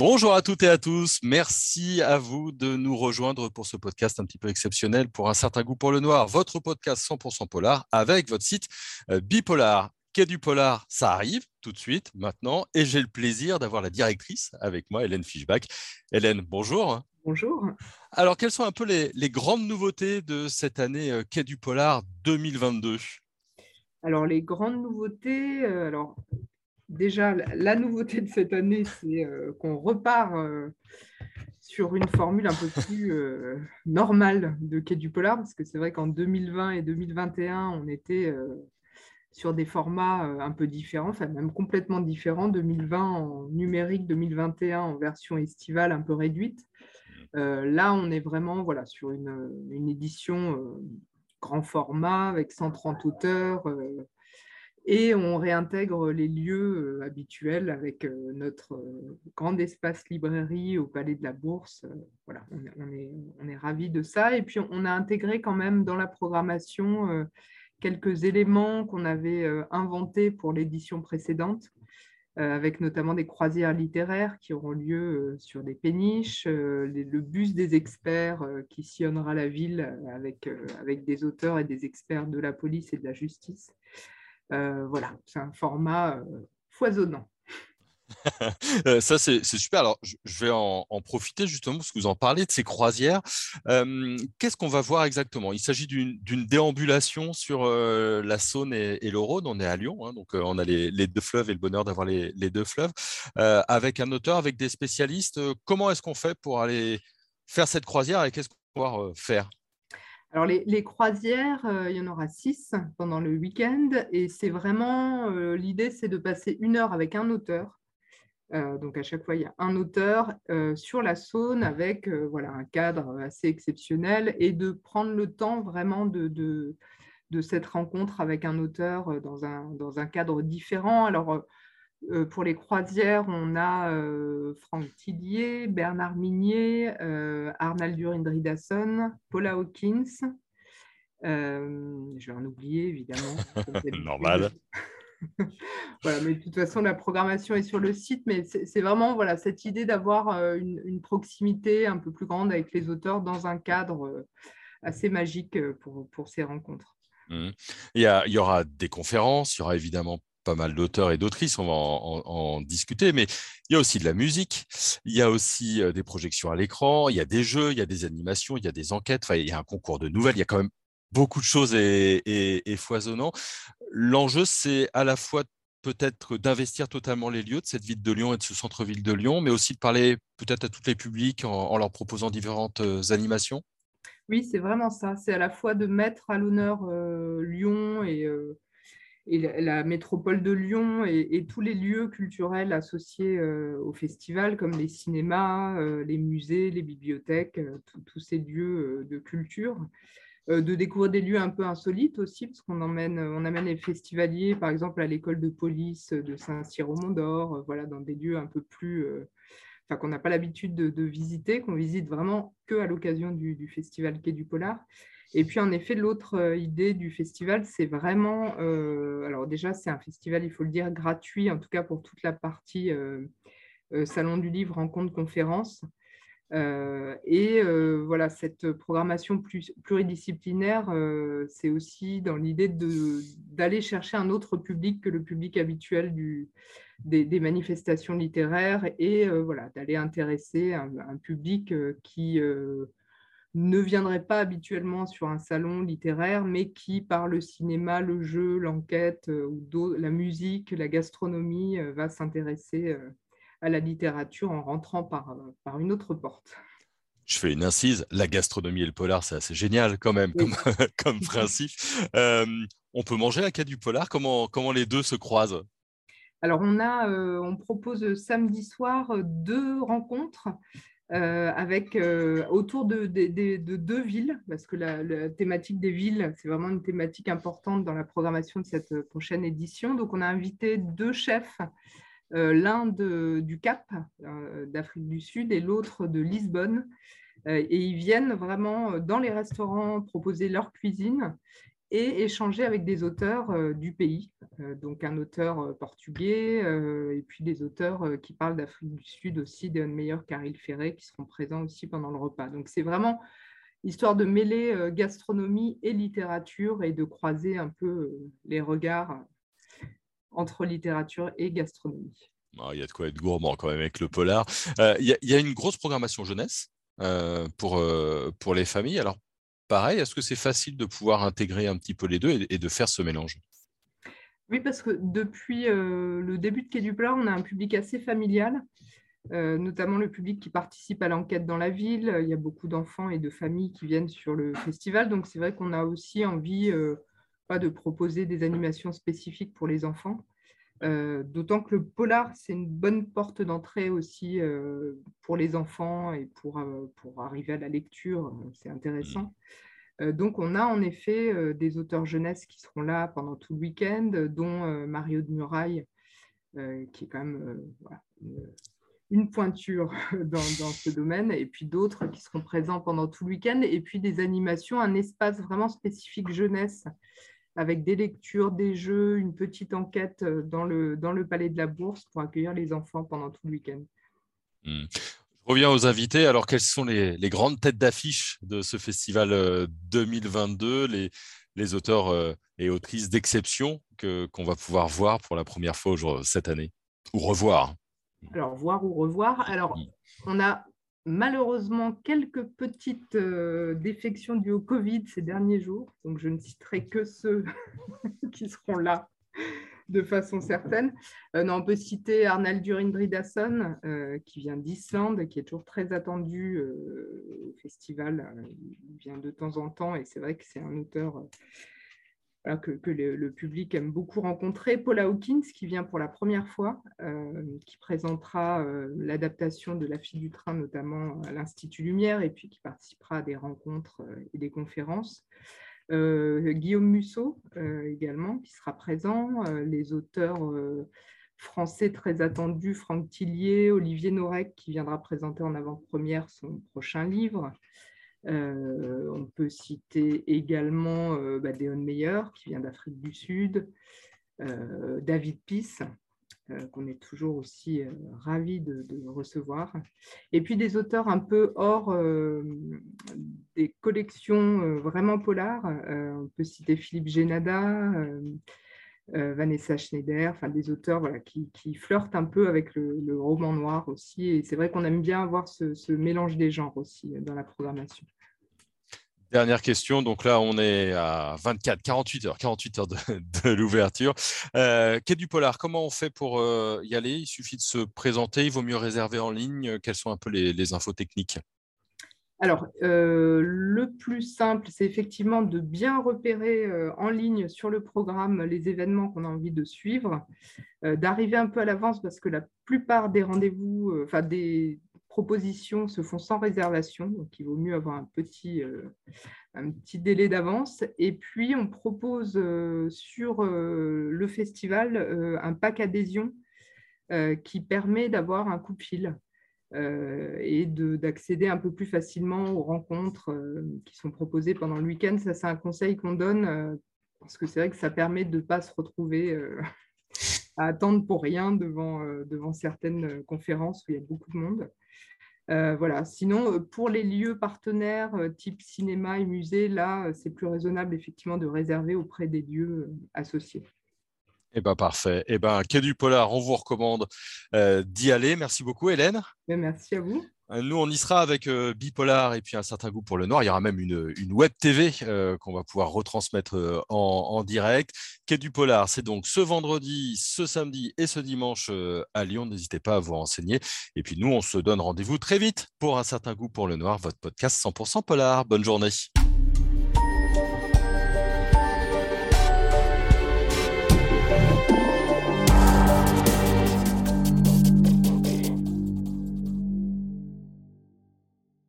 Bonjour à toutes et à tous. Merci à vous de nous rejoindre pour ce podcast un petit peu exceptionnel pour un certain goût pour le noir. Votre podcast 100% polar avec votre site Bipolar. Quai du Polar, ça arrive tout de suite maintenant et j'ai le plaisir d'avoir la directrice avec moi, Hélène Fischbach. Hélène, bonjour. Bonjour. Alors, quelles sont un peu les grandes nouveautés de cette année Quai du Polar 2022? Alors, les grandes nouveautés, déjà, la nouveauté de cette année, c'est qu'on repart sur une formule un peu plus normale de Quai du Polar, parce que c'est vrai qu'en 2020 et 2021, on était sur des formats un peu différents, enfin même complètement différents, 2020 en numérique, 2021 en version estivale un peu réduite. Là, on est vraiment sur une édition grand format avec 130 auteurs et on réintègre les lieux habituels avec notre grand espace librairie au Palais de la Bourse. Voilà, on est ravis de ça. Et puis, on a intégré quand même dans la programmation quelques éléments qu'on avait inventés pour l'édition précédente, avec notamment des croisières littéraires qui auront lieu sur des péniches, le bus des experts qui sillonnera la ville avec des auteurs et des experts de la police et de la justice. Voilà, c'est un format foisonnant. Ça, c'est super. Alors, je vais en profiter justement parce que vous en parlez de ces croisières. Qu'est-ce qu'on va voir exactement? Il s'agit d'une déambulation sur la Saône et le Rhône. On est à Lyon, hein, donc on a les deux fleuves et le bonheur d'avoir les deux fleuves, avec un auteur, avec des spécialistes. Comment est-ce qu'on fait pour aller faire cette croisière et qu'est-ce qu'on va pouvoir faire? Alors, les croisières, il y en aura 6 pendant le week-end. Et c'est vraiment, l'idée, c'est de passer 1 heure avec un auteur. Donc, à chaque fois, il y a un auteur sur la Saône avec un cadre assez exceptionnel et de prendre le temps vraiment de cette rencontre avec un auteur dans un cadre différent. Alors, pour les croisières, on a Franck Tillier, Bernard Minier, Arnaldur Indridason, Paula Hawkins. Je vais en oublier, évidemment, comme d'habitude. Normal. Voilà, mais de toute façon, la programmation est sur le site, mais c'est vraiment cette idée d'avoir une proximité un peu plus grande avec les auteurs dans un cadre assez magique pour ces rencontres. Mhm. Il y aura des conférences, il y aura évidemment pas mal d'auteurs et d'autrices, on va en discuter, mais il y a aussi de la musique, il y a aussi des projections à l'écran, il y a des jeux, il y a des animations, il y a des enquêtes, enfin, il y a un concours de nouvelles, il y a quand même beaucoup de choses et foisonnant. L'enjeu, c'est à la fois peut-être d'investir totalement les lieux de cette ville de Lyon et de ce centre-ville de Lyon, mais aussi de parler peut-être à tous les publics en leur proposant différentes animations. Oui, c'est vraiment ça. C'est à la fois de mettre à l'honneur Lyon et la métropole de Lyon et tous les lieux culturels associés au festival, comme les cinémas, les musées, les bibliothèques, tous ces lieux de culture. De découvrir des lieux un peu insolites aussi, parce on amène les festivaliers, par exemple, à l'école de police de Saint-Cyr-au-Mont-d'Or, dans des lieux un peu plus, qu'on n'a pas l'habitude de visiter, qu'on visite vraiment que à l'occasion du festival Quai du Polar. Et puis, en effet, l'autre idée du festival, c'est vraiment, alors déjà, c'est un festival, il faut le dire, gratuit, en tout cas pour toute la partie Salon du Livre, rencontre, conférence. Cette programmation pluridisciplinaire, c'est aussi dans l'idée d'aller chercher un autre public que le public habituel des manifestations littéraires et d'aller intéresser un public qui ne viendrait pas habituellement sur un salon littéraire, mais qui, par le cinéma, le jeu, l'enquête, la musique, la gastronomie, va s'intéresser à la littérature en rentrant par une autre porte. Je fais une incise, la gastronomie et le polar, c'est assez génial quand même comme, Oui. comme principe. Euh, on peut manger à Quai du Polar, comment les deux se croisent? Alors, on propose samedi soir 2 rencontres autour de 2 villes, parce que la thématique des villes, c'est vraiment une thématique importante dans la programmation de cette prochaine édition. Donc, on a invité 2 chefs, l'un du Cap, d'Afrique du Sud, et l'autre de Lisbonne. Et ils viennent vraiment dans les restaurants proposer leur cuisine. et échanger avec des auteurs du pays, donc un auteur portugais et puis des auteurs qui parlent d'Afrique du Sud aussi, Deon Meyer, Caril Ferret, qui seront présents aussi pendant le repas. Donc c'est vraiment histoire de mêler gastronomie et littérature et de croiser un peu les regards entre littérature et gastronomie. Il y a de quoi être gourmand quand même avec le polar. Il y a une grosse programmation jeunesse pour les familles. Alors, pareil, est-ce que c'est facile de pouvoir intégrer un petit peu les deux et de faire ce mélange? Oui, parce que depuis le début de Quai du Plat, on a un public assez familial, notamment le public qui participe à l'enquête dans la ville. Il y a beaucoup d'enfants et de familles qui viennent sur le festival. Donc, c'est vrai qu'on a aussi envie de proposer des animations spécifiques pour les enfants. D'autant que le polar, c'est une bonne porte d'entrée aussi pour les enfants et pour arriver à la lecture, c'est intéressant. Donc, on a en effet des auteurs jeunesse qui seront là pendant tout le week-end, dont Mario de Muraille, qui est quand même voilà, une pointure dans ce domaine, et puis d'autres qui seront présents pendant tout le week-end, et puis des animations, un espace vraiment spécifique jeunesse, avec des lectures, des jeux, une petite enquête dans le Palais de la Bourse pour accueillir les enfants pendant tout le week-end. Je reviens aux invités. Alors, quelles sont les grandes têtes d'affiche de ce festival 2022, les auteurs et autrices d'exception qu'on va pouvoir voir pour la première fois cette année, ou revoir? Alors, voir ou revoir. Alors, on a malheureusement quelques petites défections dues au Covid ces derniers jours, donc je ne citerai que ceux qui seront là de façon certaine. Non, on peut citer Arnaldur Indridason, qui vient d'Islande, qui est toujours très attendu au festival. Il vient de temps en temps et c'est vrai que c'est un auteur que le public aime beaucoup rencontrer. Paula Hawkins, qui vient pour la première fois, qui présentera l'adaptation de La fille du train, notamment à l'Institut Lumière, et puis qui participera à des rencontres et des conférences. Guillaume Musso également, qui sera présent. Les auteurs français très attendus, Franck Tillier, Olivier Norek, qui viendra présenter en avant-première son prochain livre. On peut citer également Deon Meyer, qui vient d'Afrique du Sud, David Piss, qu'on est toujours aussi ravis de recevoir. Et puis des auteurs un peu hors des collections vraiment polars. On peut citer Philippe Génada, Vanessa Schneider, enfin des auteurs voilà, qui flirtent un peu avec le roman noir aussi. Et c'est vrai qu'on aime bien avoir ce mélange des genres aussi dans la programmation. Dernière question, donc là on est à 48 heures de l'ouverture. Quai du Polar, comment on fait pour y aller? Il suffit de se présenter, il vaut mieux réserver en ligne. Quelles sont un peu les infos techniques? Alors, le plus simple, c'est effectivement de bien repérer en ligne sur le programme les événements qu'on a envie de suivre, d'arriver un peu à l'avance parce que la plupart des rendez-vous, des propositions se font sans réservation, donc il vaut mieux avoir un petit délai d'avance. Et puis, on propose sur le festival un pack adhésion qui permet d'avoir un coup de fil et d'accéder un peu plus facilement aux rencontres qui sont proposées pendant le week-end. Ça, c'est un conseil qu'on donne parce que c'est vrai que ça permet de ne pas se retrouver à attendre pour rien devant certaines conférences où il y a beaucoup de monde. Voilà. Sinon, pour les lieux partenaires type cinéma et musée, là, c'est plus raisonnable effectivement de réserver auprès des lieux associés. Eh ben parfait. Eh ben, Quai du Polar, on vous recommande d'y aller. Merci beaucoup, Hélène. Merci à vous. Nous, on y sera avec Bipolar et puis un certain goût pour le noir. Il y aura même une web TV qu'on va pouvoir retransmettre en direct. Quai du Polar, c'est donc ce vendredi, ce samedi et ce dimanche à Lyon. N'hésitez pas à vous renseigner. Et puis nous, on se donne rendez-vous très vite pour un certain goût pour le noir, votre podcast 100% polar. Bonne journée.